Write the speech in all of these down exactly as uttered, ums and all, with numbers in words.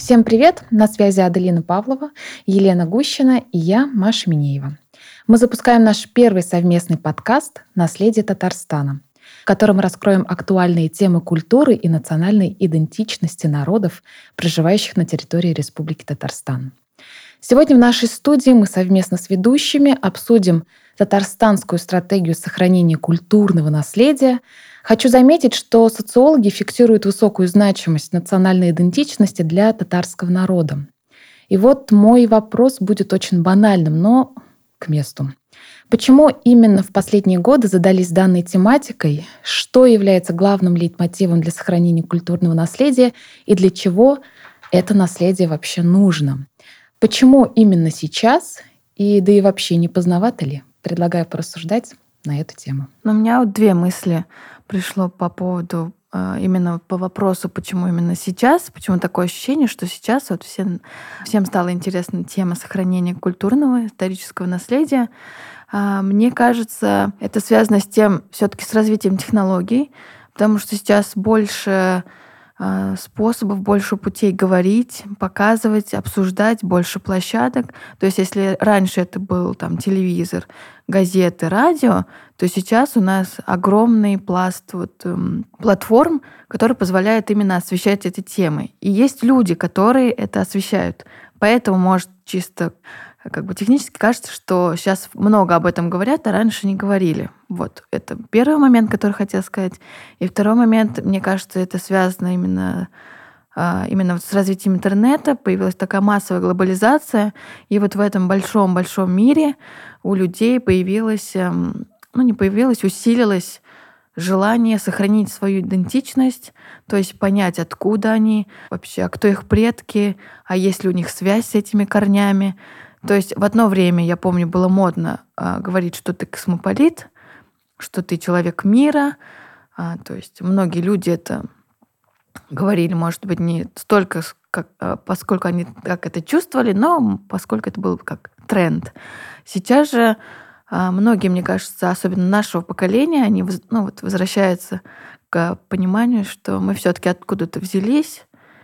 Всем привет! На связи Аделина Павлова, Елена Гущина и я, Маша Минеева. Мы запускаем наш первый совместный подкаст «Наследие Татарстана», в котором раскроем актуальные темы культуры и национальной идентичности народов, проживающих на территории Республики Татарстан. Сегодня в нашей студии мы совместно с ведущими обсудим татарстанскую стратегию сохранения культурного наследия. Хочу заметить, что социологи фиксируют высокую значимость национальной идентичности для татарского народа. И вот мой вопрос будет очень банальным, но к месту. Почему именно в последние годы задались данной тематикой? Что является главным лейтмотивом для сохранения культурного наследия и для чего это наследие вообще нужно? Почему именно сейчас? И да и вообще не поздновато ли? Предлагаю порассуждать на эту тему. Но у меня вот две мысли пришло по поводу именно по вопросу, почему именно сейчас, почему такое ощущение, что сейчас вот всем, всем стала интересна тема сохранения культурного, исторического наследия. Мне кажется, это связано с тем, все-таки с развитием технологий, потому что сейчас больше способов, больше путей говорить, показывать, обсуждать, больше площадок. То есть если раньше это был там телевизор, газеты, радио, то сейчас у нас огромный пласт вот, эм, платформ, который позволяет именно освещать эти темы. И есть люди, которые это освещают. Поэтому, может, чисто как бы технически кажется, что сейчас много об этом говорят, а раньше не говорили. Вот это первый момент, который хотела сказать. И второй момент, мне кажется, это связано именно, именно с развитием интернета. Появилась такая массовая глобализация. И вот в этом большом-большом мире у людей появилось, ну не появилось, усилилось желание сохранить свою идентичность, то есть понять, откуда они вообще, а кто их предки, а есть ли у них связь с этими корнями. То есть в одно время, я помню, было модно а, говорить, что ты космополит, что ты человек мира. А, то есть многие люди это говорили, может быть, не столько, как, а, поскольку они как это чувствовали, но поскольку это был как тренд. Сейчас же а, многие, мне кажется, особенно нашего поколения, они ну, вот, возвращаются к пониманию, что мы все-таки откуда-то взялись,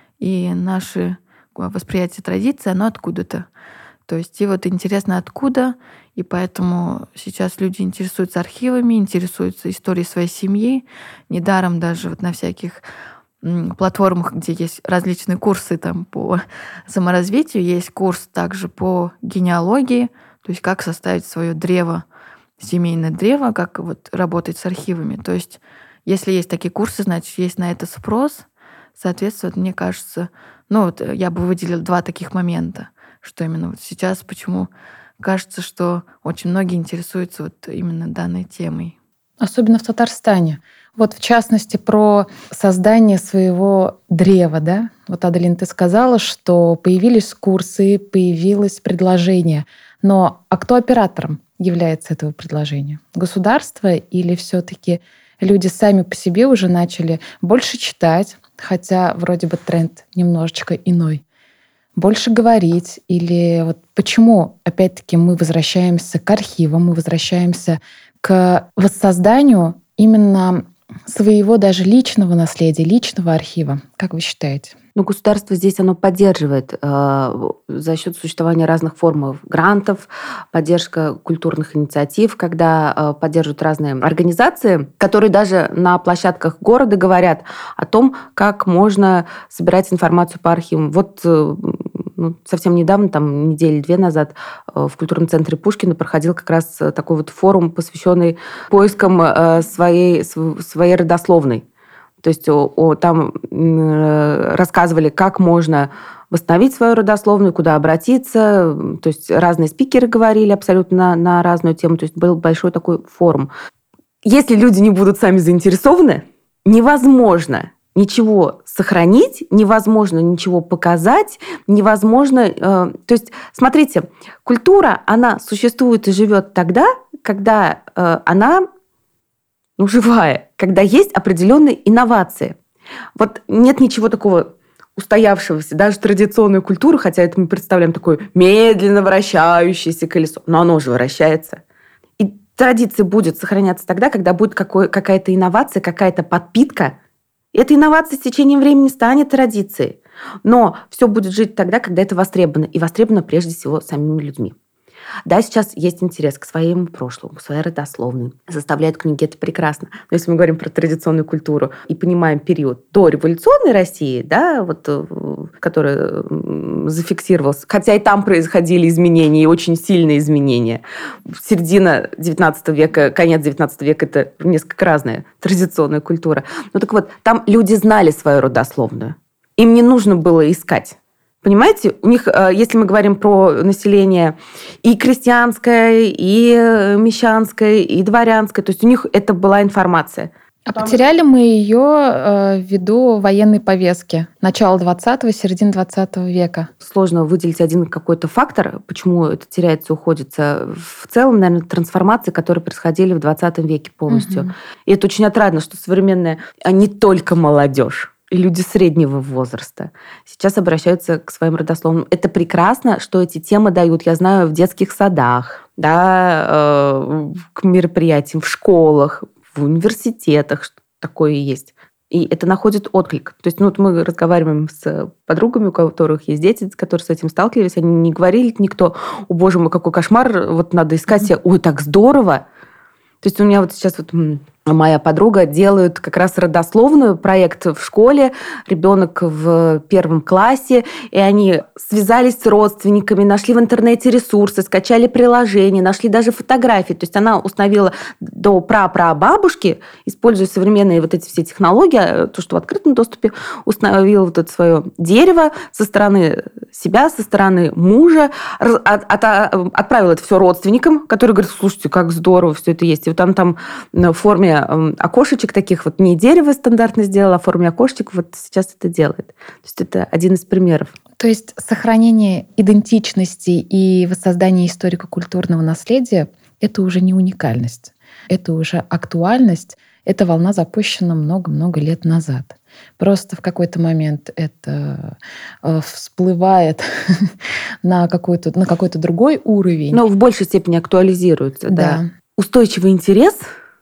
и наше восприятие традиции, оно откуда-то. То есть и вот интересно, откуда, и поэтому сейчас люди интересуются архивами, интересуются историей своей семьи. Недаром даже вот на всяких платформах, где есть различные курсы там, по саморазвитию, есть курс также по генеалогии, то есть как составить свое древо, семейное древо, как вот работать с архивами. То есть если есть такие курсы, значит, есть на это спрос. Соответственно, мне кажется, ну вот я бы выделила два таких момента, что именно вот сейчас, почему кажется, что очень многие интересуются вот именно данной темой. Особенно в Татарстане. Вот в частности про создание своего древа, да? Вот, Аделин, ты сказала, что появились курсы, появилось предложение. Но а кто оператором является этого предложения? Государство или все-таки люди сами по себе уже начали больше читать, хотя вроде бы тренд немножечко иной? Больше говорить? Или вот почему, опять-таки, мы возвращаемся к архивам, мы возвращаемся к воссозданию именно своего даже личного наследия, личного архива? Как вы считаете? Ну, государство здесь оно поддерживает э, за счет существования разных форм грантов, поддержка культурных инициатив, когда э, поддерживают разные организации, которые даже на площадках города говорят о том, как можно собирать информацию по архивам. Вот э, ну, совсем недавно, там недели две назад, э, в культурном центре Пушкина проходил как раз такой вот форум, посвященный поискам э, своей, своей родословной. То есть о, о, там э, рассказывали, как можно восстановить свою родословную, куда обратиться. То есть разные спикеры говорили абсолютно на, на разную тему. То есть был большой такой форум. Если люди не будут сами заинтересованы, невозможно ничего сохранить, невозможно ничего показать, невозможно... Э, то есть, смотрите, культура, она существует и живет тогда, когда э, она... ну, живая, когда есть определенные инновации. Вот нет ничего такого устоявшегося, даже традиционную культуру, хотя это мы представляем такое медленно вращающееся колесо, но оно же вращается. И традиция будет сохраняться тогда, когда будет какой, какая-то инновация, какая-то подпитка. И эта инновация с течением времени станет традицией. Но все будет жить тогда, когда это востребовано. И востребовано прежде всего самими людьми. Да, сейчас есть интерес к своему прошлому, к своей родословной. Составляют книги, это прекрасно. Но если мы говорим про традиционную культуру и понимаем период до революционной России, да, вот, который зафиксировался, хотя и там происходили изменения, и очень сильные изменения. Середина девятнадцатого века, конец девятнадцатого века – это несколько разная традиционная культура. Ну так вот, там люди знали свою родословную. Им не нужно было искать. Понимаете, у них, если мы говорим про население и крестьянское, и мещанское, и дворянское, то есть у них это была информация. А Потому... потеряли мы ее ввиду военной повестки начала двадцатого, середины двадцатого века. Сложно выделить один какой-то фактор, почему это теряется, уходится. В целом, наверное, трансформации, которые происходили в двадцатом веке полностью. Угу. И это очень отрадно, что современная, а не только молодежь, и люди среднего возраста сейчас обращаются к своим родословным. Это прекрасно, что эти темы дают, я знаю, в детских садах, да, э, к мероприятиям, в школах, в университетах, что такое есть. И это находит отклик. То есть ну, вот мы разговариваем с подругами, у которых есть дети, которые с этим сталкивались, они не говорили никто: «О, боже мой, какой кошмар, вот надо искать себя, ой, так здорово». То есть у меня вот сейчас вот моя подруга делает как раз родословную проект в школе, ребенок в первом классе, и они связались с родственниками, нашли в интернете ресурсы, скачали приложения, нашли даже фотографии. То есть она установила до прапрабабушки, используя современные вот эти все технологии, то, что в открытом доступе, установила вот это свое дерево со стороны себя, со стороны мужа, отправила это все родственникам, которые говорят: слушайте, как здорово все это есть. И вот она там в форме окошечек таких, вот не дерево стандартно сделала, а в форме окошечек вот сейчас это делает. То есть это один из примеров. То есть сохранение идентичности и воссоздание историко-культурного наследия — это уже не уникальность, это уже актуальность. Эта волна запущена много-много лет назад. Просто в какой-то момент это всплывает на какой-то, на какой-то другой уровень. Но в большей степени актуализируется. Да. Да. Устойчивый интерес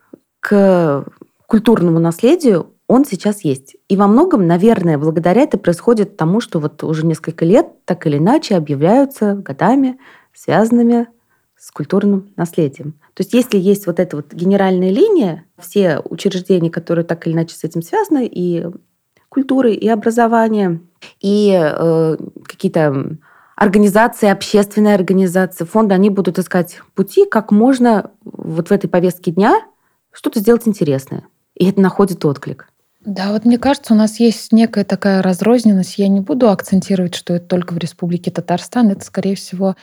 к культурному наследию, он сейчас есть. И во многом, наверное, благодаря это происходит тому, что вот уже несколько лет так или иначе объявляются годами, связанными с культурным наследием. То есть если есть вот эта вот генеральная линия, все учреждения, которые так или иначе с этим связаны, и культуры, и образование, и э, какие-то организации, общественные организации, фонды, они будут искать пути, как можно вот в этой повестке дня что-то сделать интересное. И это находит отклик. Да, вот мне кажется, у нас есть некая такая разрозненность. Я не буду акцентировать, что это только в Республике Татарстан. Это, скорее всего,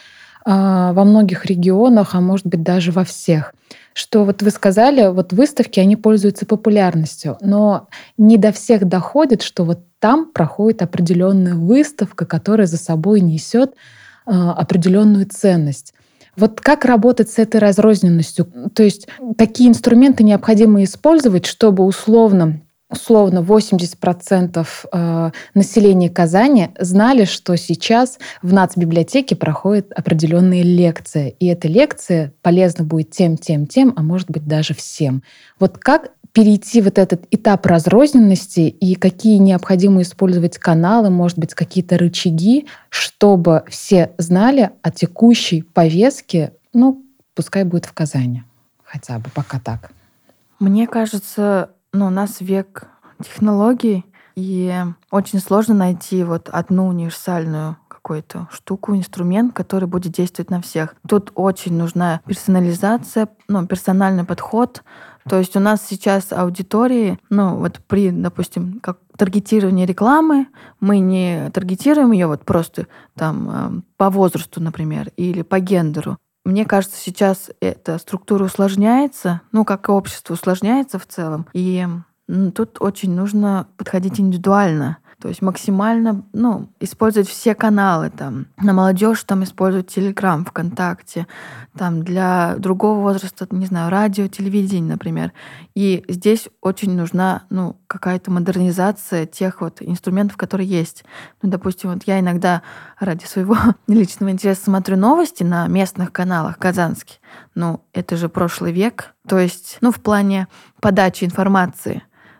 во многих регионах, а может быть даже во всех. Что вот вы сказали, вот выставки, они пользуются популярностью, но не до всех доходит, что вот там проходит определенная выставка, которая за собой несет определенную ценность. Вот как работать с этой разрозненностью? То есть какие инструменты необходимо использовать, чтобы условно условно восемьдесят процентов населения Казани знали, что сейчас в нацбиблиотеке проходит определенные лекции. И эта лекция полезна будет тем, тем, тем, а может быть даже всем. Вот как перейти вот этот этап разрозненности и какие необходимо использовать каналы, может быть, какие-то рычаги, чтобы все знали о текущей повестке, ну, пускай будет в Казани. Хотя бы пока так. Мне кажется, ну, у нас век технологий, и очень сложно найти вот одну универсальную какую-то штуку, инструмент, который будет действовать на всех. Тут очень нужна персонализация, ну, персональный подход. То есть у нас сейчас аудитории, ну, вот при, допустим, как таргетирование рекламы, мы не таргетируем ее вот просто там по возрасту, например, или по гендеру. Мне кажется, сейчас эта структура усложняется, ну, как и общество усложняется в целом, и ну, тут очень нужно подходить индивидуально. То есть максимально, ну, использовать все каналы. Там, на молодежь там использовать Телеграм, ВКонтакте, там, для другого возраста, не знаю, радио, телевидение, например. И здесь очень нужна, ну, какая-то модернизация тех вот инструментов, которые есть. Ну, допустим, вот я иногда ради своего личного интереса смотрю новости на местных каналах казанских. Ну, это же прошлый век. То есть, ну, в плане подачи информации.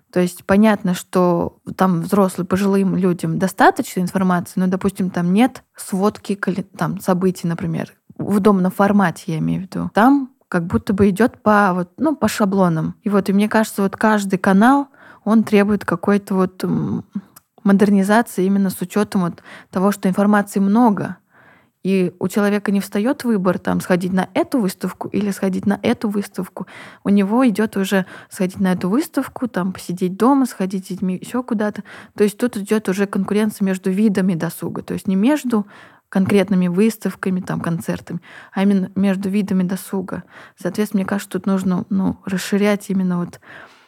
То есть понятно, что там взрослым, пожилым людям достаточно информации, но, допустим, там нет сводки там, событий, например, в удобном формате, я имею в виду. Там как будто бы идет по, вот, ну, по шаблонам. И вот, и мне кажется, вот каждый канал, он требует какой-то вот модернизации именно с учетом вот того, что информации много. И у человека не встает выбор там сходить на эту выставку или сходить на эту выставку. У него идет уже сходить на эту выставку, там посидеть дома, сходить с детьми еще куда-то. То есть тут идет уже конкуренция между видами досуга. То есть не между конкретными выставками, там, концертами, а именно между видами досуга. Соответственно, мне кажется, тут нужно ну, расширять именно вот,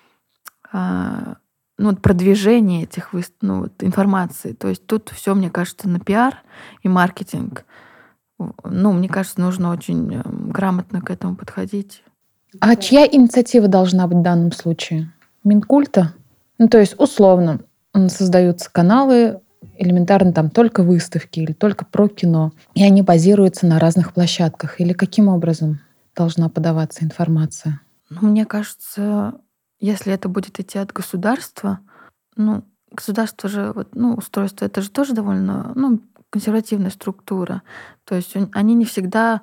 а, ну, вот продвижение этих выстав... ну, вот, информации. То есть тут все, мне кажется, на пиар и маркетинг. Ну, мне кажется, нужно очень грамотно к этому подходить. А чья инициатива должна быть в данном случае? Минкульта? Ну, то есть, условно, создаются каналы, элементарно там только выставки или только про кино, и они базируются на разных площадках. Или каким образом должна подаваться информация? Ну, мне кажется, если это будет идти от государства, ну, государство же, вот, ну, устройство, это же тоже довольно, ну, консервативная структура. То есть они не всегда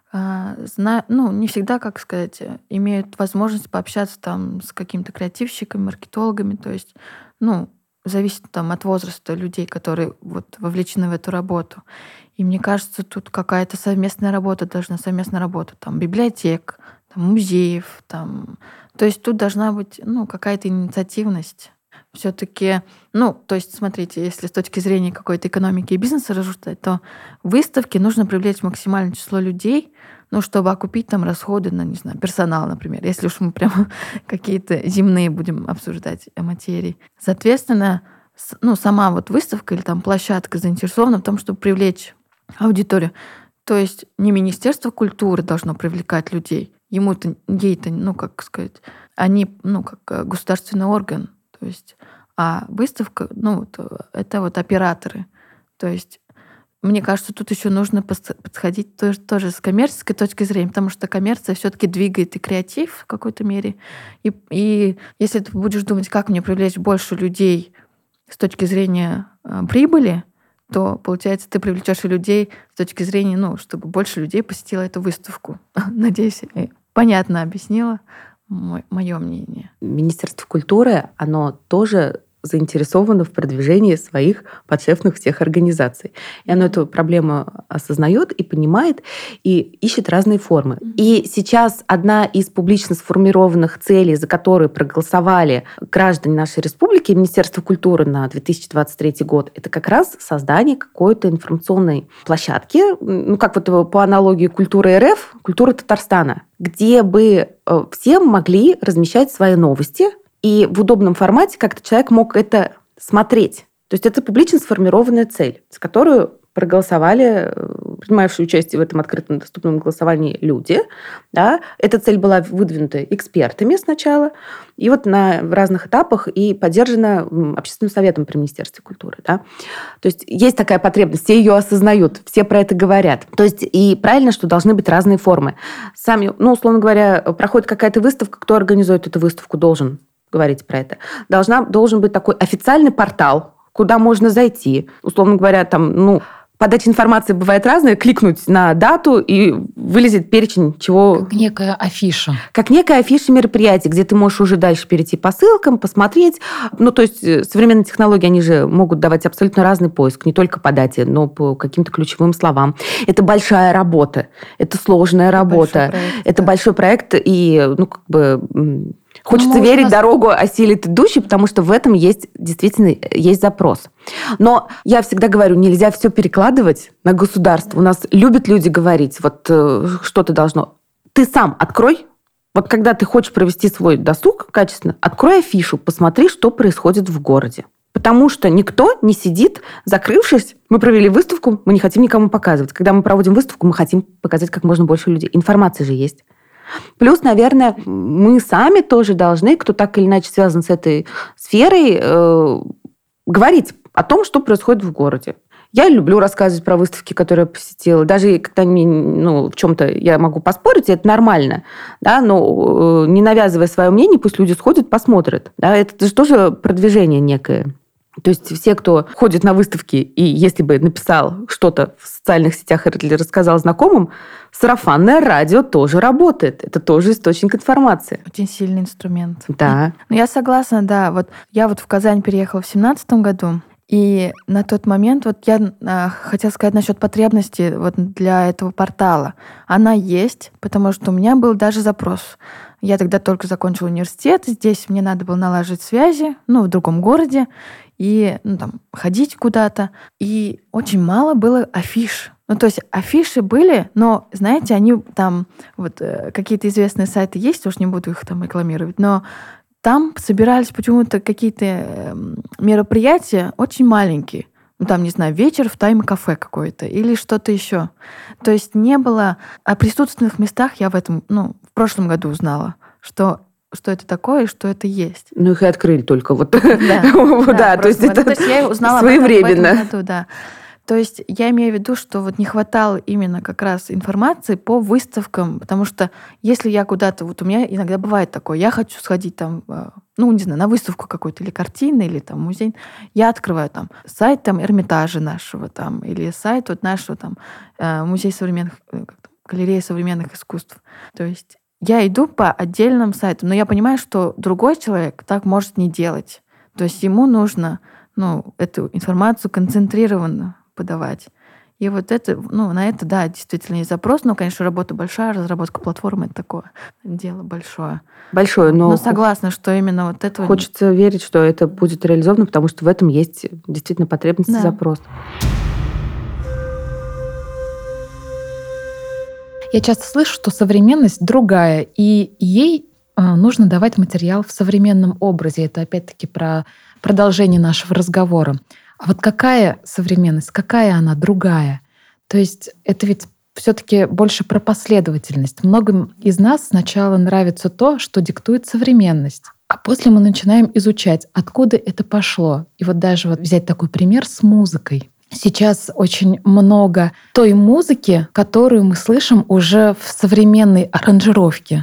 э, знают, ну, не всегда, как сказать, имеют возможность пообщаться там с какими-то креативщиками, маркетологами. То есть, ну, зависит там от возраста людей, которые вот вовлечены в эту работу. И мне кажется, тут какая-то совместная работа должна, совместная работа там библиотек, там, музеев, там. То есть тут должна быть, ну, какая-то инициативность. Все-таки, ну, то есть, смотрите, если с точки зрения какой-то экономики и бизнеса рассуждать, то в выставке нужно привлечь максимальное число людей, ну, чтобы окупить там расходы на, не знаю, персонал, например, если уж мы прямо какие-то земные будем обсуждать материи. Соответственно, ну, сама вот выставка или там площадка заинтересована в том, чтобы привлечь аудиторию. То есть не Министерство культуры должно привлекать людей, ему-то, ей-то, ну, как сказать, они, ну, как государственный орган, то есть, а выставка, ну, вот, это вот операторы. То есть, мне кажется, тут еще нужно подходить тоже, тоже с коммерческой точки зрения, потому что коммерция все-таки двигает и креатив в какой-то мере. И, и если ты будешь думать, как мне привлечь больше людей с точки зрения э, прибыли, то, получается, ты привлечешь и людей с точки зрения, ну, чтобы больше людей посетило эту выставку. Надеюсь, понятно объяснила мое мнение. Министерство культуры, оно тоже заинтересовано в продвижении своих подшефных всех организаций. И оно эту проблему осознает и понимает, и ищет разные формы. Mm-hmm. И сейчас одна из публично сформированных целей, за которые проголосовали граждане нашей республики, Министерство культуры на две тысячи двадцать третий год, это как раз создание какой-то информационной площадки, ну, как вот по аналогии культуры эр эф, культуры Татарстана, где бы все могли размещать свои новости, и в удобном формате как-то человек мог это смотреть. То есть это публично сформированная цель, за которую проголосовали принимавшие участие в этом открытом доступном голосовании люди. Да. Эта цель была выдвинута экспертами сначала, и вот на разных этапах и поддержана Общественным советом при Министерстве культуры. Да. То есть есть такая потребность, все ее осознают, все про это говорят. То есть и правильно, что должны быть разные формы. Сами, ну, условно говоря, проходит какая-то выставка, кто организует эту выставку, должен говорить про это. Должна, должен быть такой официальный портал, куда можно зайти. Условно говоря, там, ну, подача информации бывает разная, кликнуть на дату, и вылезет перечень чего... Как некая афиша. Как некая афиша мероприятий, где ты можешь уже дальше перейти по ссылкам, посмотреть. Ну, то есть современные технологии, они же могут давать абсолютно разный поиск, не только по дате, но по каким-то ключевым словам. Это большая работа, это сложная это работа, проект, это да. большой проект, и, ну, как бы... Хочется ну, верить, нас... дорогу осилит идущий, потому что в этом есть действительно есть запрос. Но я всегда говорю, нельзя все перекладывать на государство. У нас любят люди говорить, вот что-то должно. Ты сам открой, вот когда ты хочешь провести свой досуг качественно, открой афишу, посмотри, что происходит в городе. Потому что никто не сидит, закрывшись. Мы провели выставку, мы не хотим никому показывать. Когда мы проводим выставку, мы хотим показать как можно больше людей. Информация же есть. Плюс, наверное, мы сами тоже должны, кто так или иначе связан с этой сферой, э, говорить о том, что происходит в городе. Я люблю рассказывать про выставки, которые я посетила. Даже когда ну, в чем-то я могу поспорить, это нормально. Да? Но не навязывая свое мнение, пусть люди сходят, посмотрят. Да? Это же тоже продвижение некое. То есть все, кто ходит на выставки, и если бы написал что-то в социальных сетях или рассказал знакомым, сарафанное радио тоже работает. Это тоже источник информации. Очень сильный инструмент. Да. Ну, я согласна, да. Вот я вот в Казань переехала в семнадцатом году, и на тот момент вот я э, хотела сказать насчет потребности вот для этого портала. Она есть, потому что у меня был даже запрос. Я тогда только закончила университет, здесь мне надо было налаживать связи, ну, в другом городе, и ну, там, ходить куда-то. И очень мало было афиш. Ну, то есть афиши были, но, знаете, они там, вот э, какие-то известные сайты есть, уж не буду их там рекламировать, но там собирались почему-то какие-то э, мероприятия очень маленькие. Ну, там, не знаю, вечер в тайм-кафе какой-то или что-то еще. То есть не было... О присутственных местах я в этом, ну, в прошлом году узнала, что что это такое и что это есть. Ну, их и открыли только вот. Да, да, то есть это то есть я узнала своевременно. Об этом в этом году, да. То есть я имею в виду, что вот не хватало именно как раз информации по выставкам, потому что если я куда-то... Вот у меня иногда бывает такое, я хочу сходить там, ну, не знаю, на выставку какую-то, или картины, или там музей, я открываю там сайт там Эрмитажа нашего там, или сайт вот нашего там музея современных... галереи современных искусств. То есть я иду по отдельным сайтам, но я понимаю, что другой человек так может не делать. То есть ему нужно ну, эту информацию концентрированно подавать. И вот это, ну, на это, да, действительно есть запрос. Но, конечно, работа большая, разработка платформы — это такое дело большое. Большое, но... Но согласна, что именно вот это... Хочется верить, что это будет реализовано, потому что в этом есть действительно потребность и да. запрос. Я часто слышу, что современность другая, и ей нужно давать материал в современном образе. Это опять-таки про продолжение нашего разговора. А вот какая современность, какая она другая? То есть это ведь все-таки больше про последовательность. Многим из нас сначала нравится то, что диктует современность, а после мы начинаем изучать, откуда это пошло. И вот даже вот взять такой пример с музыкой. Сейчас очень много той музыки, которую мы слышим уже в современной аранжировке.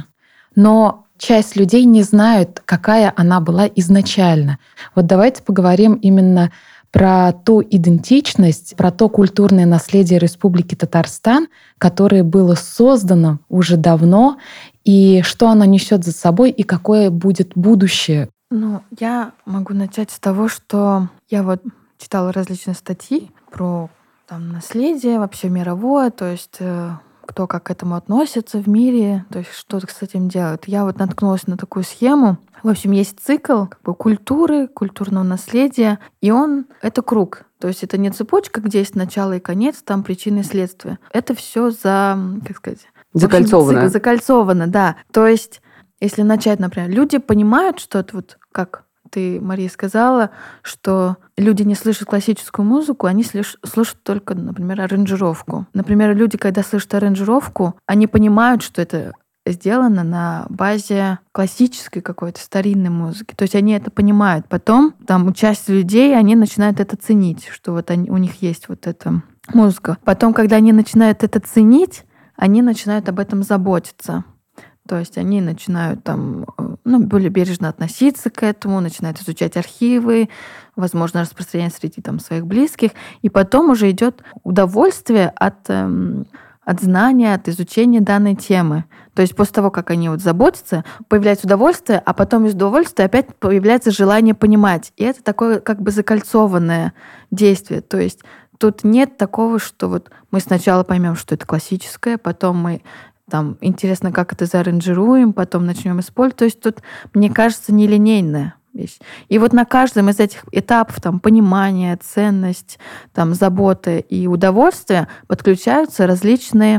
Но часть людей не знают, какая она была изначально. Вот давайте поговорим именно про ту идентичность, про то культурное наследие Республики Татарстан, которое было создано уже давно, и что оно несет за собой, и какое будет будущее. Ну, я могу начать с того, что я вот читала различные статьи про там, наследие вообще мировое, то есть э, кто как к этому относится в мире, то есть что с этим делают. Я вот наткнулась на такую схему. В общем, есть цикл как бы, культуры, культурного наследия, и он — это круг. То есть это не цепочка, где есть начало и конец, там причины и следствия. Это все за, как сказать... Закольцовано. Общем, закольцовано, да. То есть если начать, например, люди понимают, что это вот как... Ты, Мария, сказала, что люди не слышат классическую музыку, они слышат только, например, аранжировку. Например, люди, когда слышат аранжировку, они понимают, что это сделано на базе классической какой-то старинной музыки. То есть они это понимают. Потом там у части людей они начинают это ценить, что вот они, у них есть вот эта музыка. Потом, когда они начинают это ценить, они начинают об этом заботиться. То есть они начинают там, ну, более бережно относиться к этому, начинают изучать архивы, возможно, распространять среди там, своих близких. И потом уже идет удовольствие от, эм, от знания, от изучения данной темы. То есть после того, как они вот заботятся, появляется удовольствие, а потом из удовольствия опять появляется желание понимать. И это такое как бы закольцованное действие. То есть тут нет такого, что вот мы сначала поймем, что это классическое, потом мы там интересно, как это зааранжируем, потом начнем использовать. То есть тут, мне кажется, нелинейная вещь. И вот на каждом из этих этапов там, понимания, ценность, там, заботы и удовольствия подключаются различные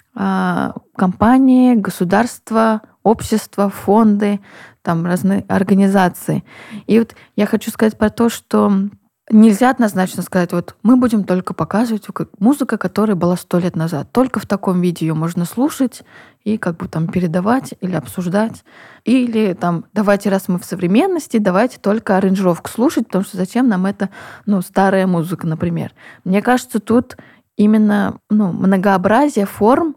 э, компании, государства, общества, фонды, там, разные организации. И вот я хочу сказать про то, что нельзя однозначно сказать, вот мы будем только показывать музыку, которая была сто лет назад. Только в таком виде ее можно слушать и как бы там передавать или обсуждать. Или там давайте, раз мы в современности, давайте только аранжировку слушать, потому что зачем нам это, ну, старая музыка, например. Мне кажется, тут именно, ну, многообразие форм,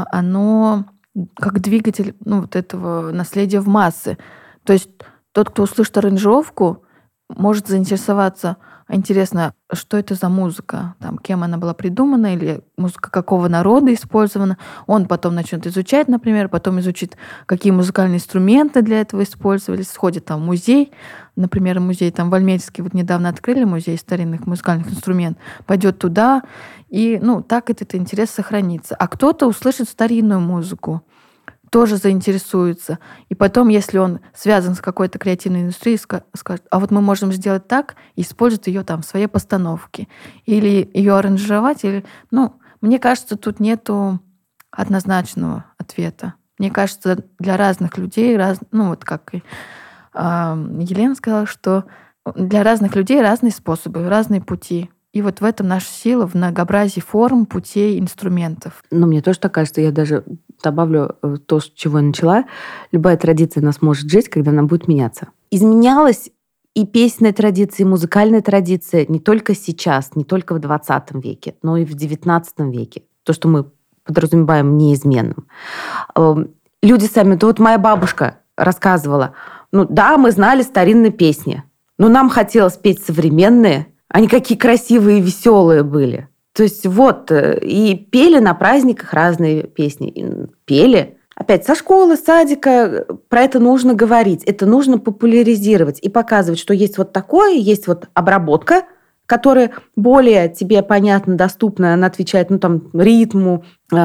оно как двигатель, ну, вот этого наследия в массы. То есть тот, кто услышит аранжировку, может заинтересоваться, интересно, что это за музыка, там, кем она была придумана, или музыка какого народа использована. Он потом начнет изучать, например, потом изучит, какие музыкальные инструменты для этого использовались, сходит там в музей, например, музей там в Альметьевске, вот недавно открыли музей старинных музыкальных инструментов, пойдет туда, и, ну, так этот интерес сохранится. А кто-то услышит старинную музыку, тоже заинтересуется. И потом, если он связан с какой-то креативной индустрией, скажет, а вот мы можем сделать так, и использовать ее там в своей постановке. Или ее аранжировать. Или... Ну, мне кажется, тут нету однозначного ответа. Мне кажется, для разных людей, раз... ну вот как и э, Елена сказала, что для разных людей разные способы, разные пути. И вот в этом наша сила, в многообразии форм, путей, инструментов. Ну, мне тоже так кажется. Я даже добавлю то, с чего я начала. Любая традиция нас может жить, когда она будет меняться. Изменялась и песенная традиция, и музыкальная традиция не только сейчас, не только в двадцатом веке, но и в девятнадцатом веке. То, что мы подразумеваем неизменным. Люди сами... То вот моя бабушка рассказывала, ну да, мы знали старинные песни, но нам хотелось петь современные. Они какие красивые и веселые были. То есть вот, и пели на праздниках разные песни. И пели. Опять, со школы, с садика про это нужно говорить. Это нужно популяризировать и показывать, что есть вот такое, есть вот обработка, которая более тебе понятно, доступна, она отвечает, ну, там, ритму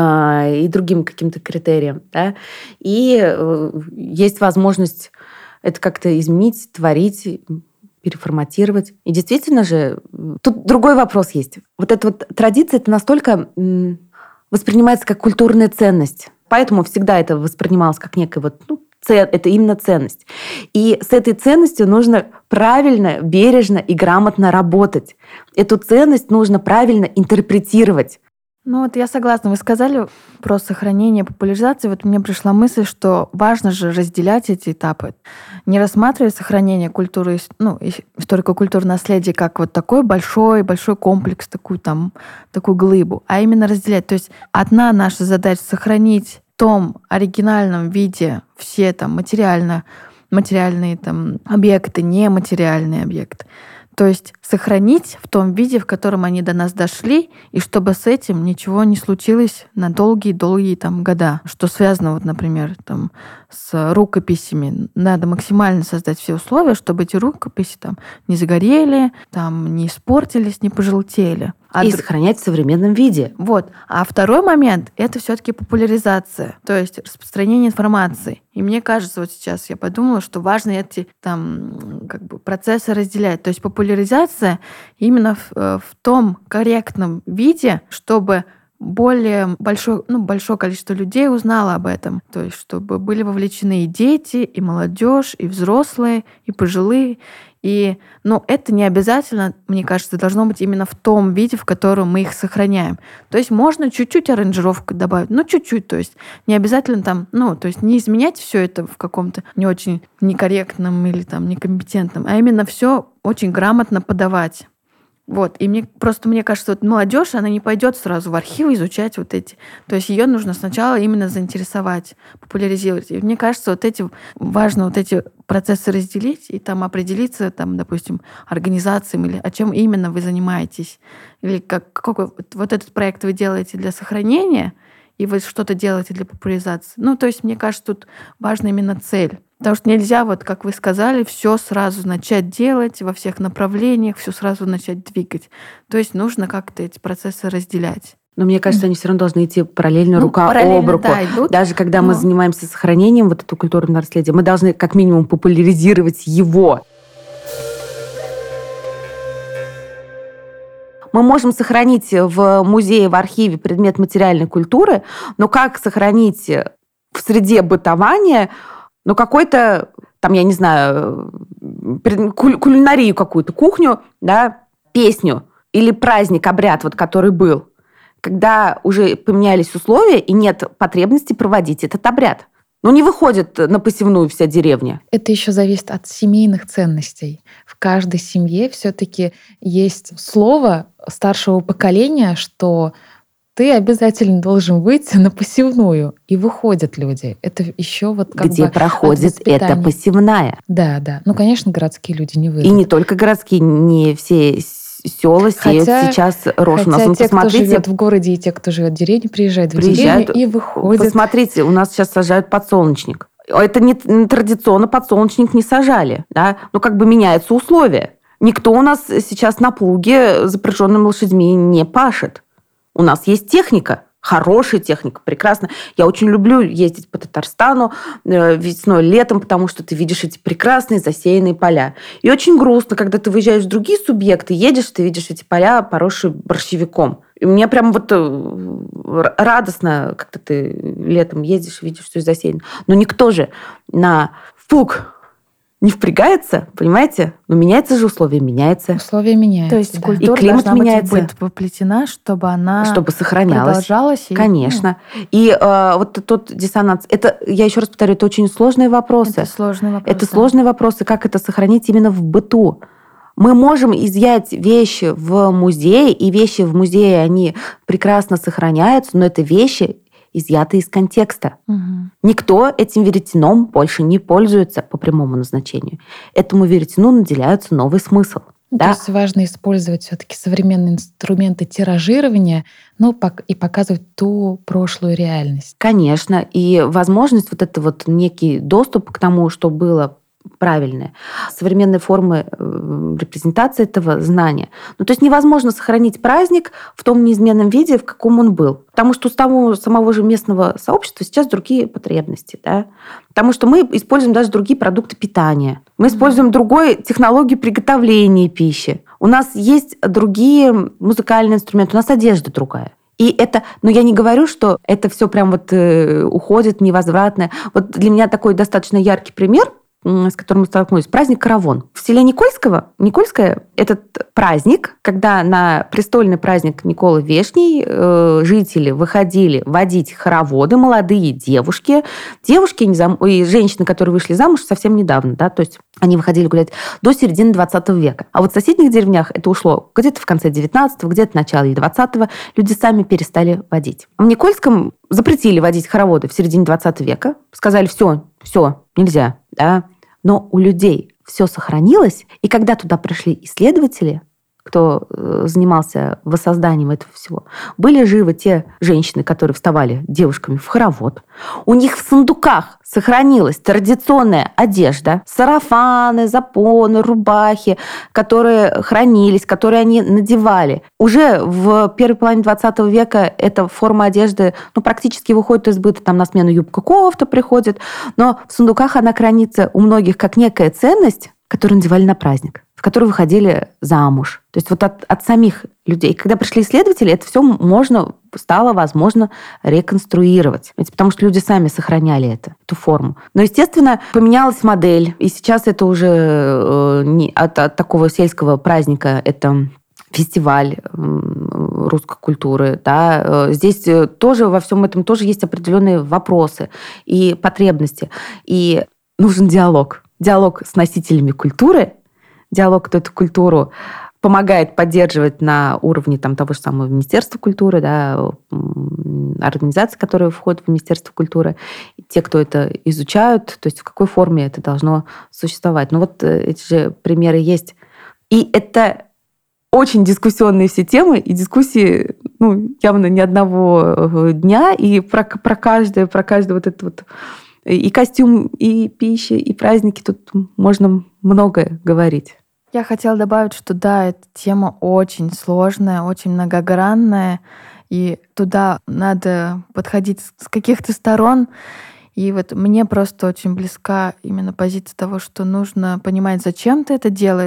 э, и другим каким-то критериям. Да? И э, есть возможность это как-то изменить, творить, переформатировать. И действительно же, тут другой вопрос есть. Вот эта вот традиция, это настолько воспринимается как культурная ценность. Поэтому всегда это воспринималось как некая вот, ну, цен, это именно ценность. И с этой ценностью нужно правильно, бережно и грамотно работать. Эту ценность нужно правильно интерпретировать. Ну вот я согласна. Вы сказали про сохранение, популяризацию. Вот мне пришла мысль, что важно же разделять эти этапы. Не рассматривать сохранение культуры, ну, историко-культурного наследия как вот такой большой, большой комплекс, такую там, такую глыбу, а именно разделять. То есть одна наша задача — сохранить в том оригинальном виде все там материально, материальные там объекты, нематериальные объекты. То есть сохранить в том виде, в котором они до нас дошли, и чтобы с этим ничего не случилось на долгие-долгие там года. Что связано, вот, например, там, с рукописями. Надо максимально создать все условия, чтобы эти рукописи там не загорели, там, не испортились, не пожелтели. А и сохранять в современном виде. Вот. А второй момент — это все-таки популяризация, то есть распространение информации. И мне кажется, вот сейчас я подумала, что важно эти там, как бы, процессы разделять. То есть популяризация именно в, в том корректном виде, чтобы более большое, ну, большое количество людей узнало об этом. То есть чтобы были вовлечены и дети, и молодежь, и взрослые, и пожилые. И, ну, это не обязательно, мне кажется, должно быть именно в том виде, в котором мы их сохраняем. То есть можно чуть-чуть аранжировку добавить, ну, чуть-чуть, то есть не обязательно там, ну, то есть не изменять все это в каком-то не очень некорректном или там некомпетентном, а именно все очень грамотно подавать. Вот. И мне просто, мне кажется, вот молодежь, она не пойдет сразу в архивы изучать вот эти. То есть ее нужно сначала именно заинтересовать, популяризировать. И мне кажется, вот эти важно вот эти процессы разделить и там определиться, там, допустим, организациям или о чем именно вы занимаетесь. Или как, какой вот этот проект вы делаете для сохранения, и вы что-то делаете для популяризации. Ну, то есть, мне кажется, тут важна именно цель. Потому что нельзя, вот как вы сказали, все сразу начать делать во всех направлениях, все сразу начать двигать. То есть нужно как-то эти процессы разделять. Но мне кажется, они все равно должны идти параллельно, ну, рука параллельно, об руку. Да, идут, даже когда но... мы занимаемся сохранением вот этого культурного наследия, мы должны как минимум популяризировать его. Мы можем сохранить в музее, в архиве предмет материальной культуры, но как сохранить в среде бытования, ну, какой-то, там, я не знаю, кулинарию какую-то, кухню, да, песню или праздник, обряд, вот, который был, когда уже поменялись условия и нет потребности проводить этот обряд. Ну, не выходит на посевную вся деревня. Это еще зависит от семейных ценностей. В каждой семье все-таки есть слово старшего поколения, что ты обязательно должен выйти на посевную. И выходят люди. Это еще вот как Где бы проходит эта посевная. Да, да. Ну, конечно, городские люди не выйдут. И не только городские, не все села сеют хотя, сейчас рожь. Хотя у нас, ну, те, посмотрите, кто живет в городе, и те, кто живет в деревне, приезжают, приезжают в деревню и выходят. Посмотрите, у нас сейчас сажают подсолнечник. Это не традиционно подсолнечник не сажали. Да? Ну, как бы меняются условия. Никто у нас сейчас на плуге с запряженными лошадьми не пашет. У нас есть техника. Хорошая техника, прекрасно. Я очень люблю ездить по Татарстану весной, летом, потому что ты видишь эти прекрасные засеянные поля. И очень грустно, когда ты выезжаешь в другие субъекты, едешь, ты видишь эти поля, поросшие борщевиком. И мне прям вот радостно, когда ты летом ездишь, видишь, что засеяно. Но никто же на плуг не впрягается, понимаете? Но меняются же условия, меняется. Условия меняются. То есть да. культура и климат должна меняется. быть воплетена, чтобы она чтобы сохранялась. продолжалась. И, Конечно. Ну. И э, вот тот диссонанс. Это, я еще раз повторю, это очень сложные вопросы. Это сложные вопросы. Это сложные вопросы, как это сохранить именно в быту. Мы можем изъять вещи в музее, и вещи в музее, они прекрасно сохраняются, но это вещи, изъятые из контекста. Угу. Никто этим веретеном больше не пользуется по прямому назначению. Этому веретену наделяется новый смысл. Ну, да? То есть важно использовать все-таки современные инструменты тиражирования, ну, и показывать ту прошлую реальность. Конечно. И возможность, вот это вот некий доступ к тому, что было правильные, современные формы репрезентации этого знания. Ну, то есть невозможно сохранить праздник в том неизменном виде, в каком он был. Потому что у того, самого же местного сообщества сейчас другие потребности. Да? Потому что мы используем даже другие продукты питания. Мы используем другую технологию приготовления пищи. У нас есть другие музыкальные инструменты, у нас одежда другая. И это, но я не говорю, что это все прям вот э, уходит невозвратно. Вот для меня такой достаточно яркий пример, с которым мы столкнулись, праздник Каравон. В селе Никольского, Никольское, этот праздник, когда на престольный праздник Николы Вешней э, жители выходили водить хороводы, молодые девушки, девушки и женщины, которые вышли замуж совсем недавно, да, то есть они выходили гулять до середины двадцатого века. А вот в соседних деревнях это ушло где-то в конце девятнадцатого, где-то в начале двадцатого, люди сами перестали водить. В Никольском запретили водить хороводы в середине двадцатого века, сказали, все, все, нельзя, да. Но у людей все сохранилось, и когда туда пришли исследователи, кто занимался воссозданием этого всего, были живы те женщины, которые вставали девушками в хоровод. У них в сундуках сохранилась традиционная одежда, сарафаны, запоны, рубахи, которые хранились, которые они надевали. Уже в первой половине двадцатого века эта форма одежды ну, практически выходит из быта, там на смену юбка-кофта приходит, но в сундуках она хранится у многих как некая ценность, которую надевали на праздник, в которую выходили замуж. То есть вот от, от самих людей. Когда пришли исследователи, это все можно, стало возможно реконструировать. Ведь потому что люди сами сохраняли это, эту форму. Но, естественно, поменялась модель. И сейчас это уже э, не, от, от такого сельского праздника это фестиваль русской культуры. Да. Здесь тоже во всем этом тоже есть определенные вопросы и потребности. И нужен диалог. Диалог с носителями культуры, диалог эту культуру помогает поддерживать на уровне там, того же самого Министерства культуры, да, организаций, которые входят в Министерство культуры, те, кто это изучают, то есть в какой форме это должно существовать. Ну вот эти же примеры есть. И это очень дискуссионные все темы, и дискуссии ну, явно не одного дня, и про, про каждое, про каждое вот это вот и костюм, и пища, и праздники. Тут можно многое говорить. Я хотела добавить, что да, эта тема очень сложная, очень многогранная, и туда надо подходить с каких-то сторон. И вот мне просто очень близка именно позиция того, что нужно понимать, зачем ты это делаешь,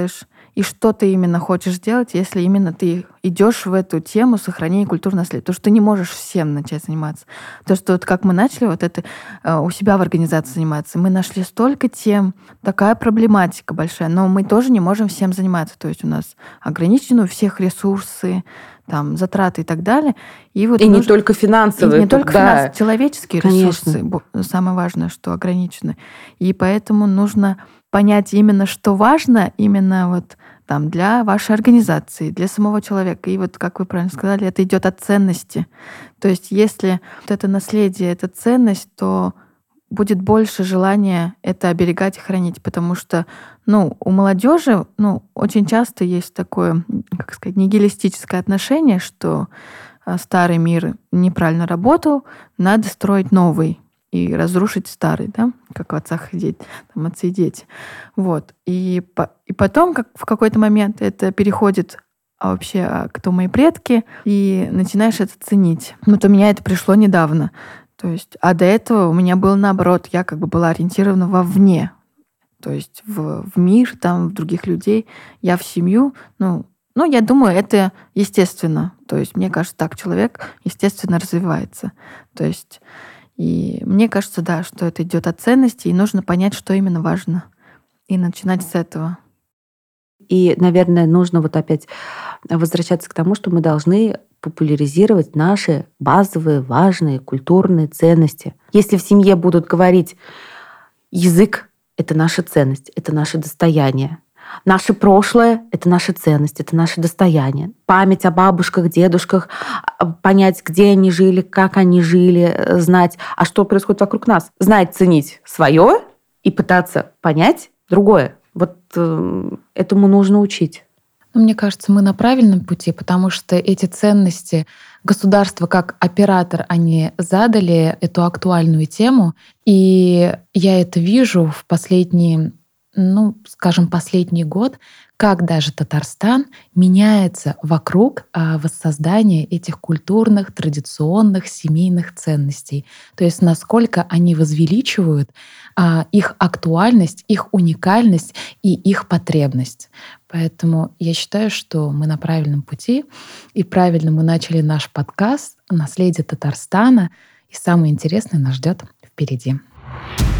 и что ты именно хочешь сделать, если именно ты идешь в эту тему сохранения культурного наследия. Потому что ты не можешь всем начать заниматься. То, что вот как мы начали вот это э, у себя в организации заниматься, мы нашли столько тем, такая проблематика большая, но мы тоже не можем всем заниматься. То есть у нас ограничены у всех ресурсы, там, затраты и так далее. И, вот и нужно... не только финансовые. И не только да. финансовые, человеческие Конечно. ресурсы. Самое важное, что ограничены. И поэтому нужно понять именно, что важно именно вот там для вашей организации, для самого человека. И вот, как вы правильно сказали, это идет от ценности. То есть если вот это наследие, это ценность, то будет больше желания это оберегать и хранить, потому что, ну, у молодежи, ну, очень часто есть такое, как сказать, нигилистическое отношение, что старый мир неправильно работал, надо строить новый и разрушить старый, да, как в отцах и дети, там, отцы и дети. Вот. И, по, и потом, как в какой-то момент это переходит а вообще, а кто мои предки, и начинаешь это ценить. Вот у меня это пришло недавно. То есть, а до этого у меня было наоборот, я как бы была ориентирована вовне, то есть в, в мир, там, в других людей, я в семью, ну, ну, я думаю, это естественно. То есть, мне кажется, так человек естественно развивается. То есть, и мне кажется, да, что это идет от ценностей, и нужно понять, что именно важно, и начинать с этого. И, наверное, нужно вот опять возвращаться к тому, что мы должны популяризировать наши базовые, важные культурные ценности. Если в семье будут говорить, язык — это наша ценность, это наше достояние, наше прошлое — это наша ценность, это наше достояние, память о бабушках, дедушках, понять, где они жили, как они жили, знать, а что происходит вокруг нас, знать, ценить свое и пытаться понять другое. Вот э, этому нужно учить. Но мне кажется, мы на правильном пути, потому что эти ценности государство как оператор, они задали эту актуальную тему. И я это вижу в последние, ну, скажем, последний год, как даже Татарстан меняется вокруг воссоздания этих культурных, традиционных, семейных ценностей. То есть насколько они возвеличивают их актуальность, их уникальность и их потребность. Поэтому я считаю, что мы на правильном пути, и правильно мы начали наш подкаст «Наследие Татарстана», и самое интересное нас ждет впереди.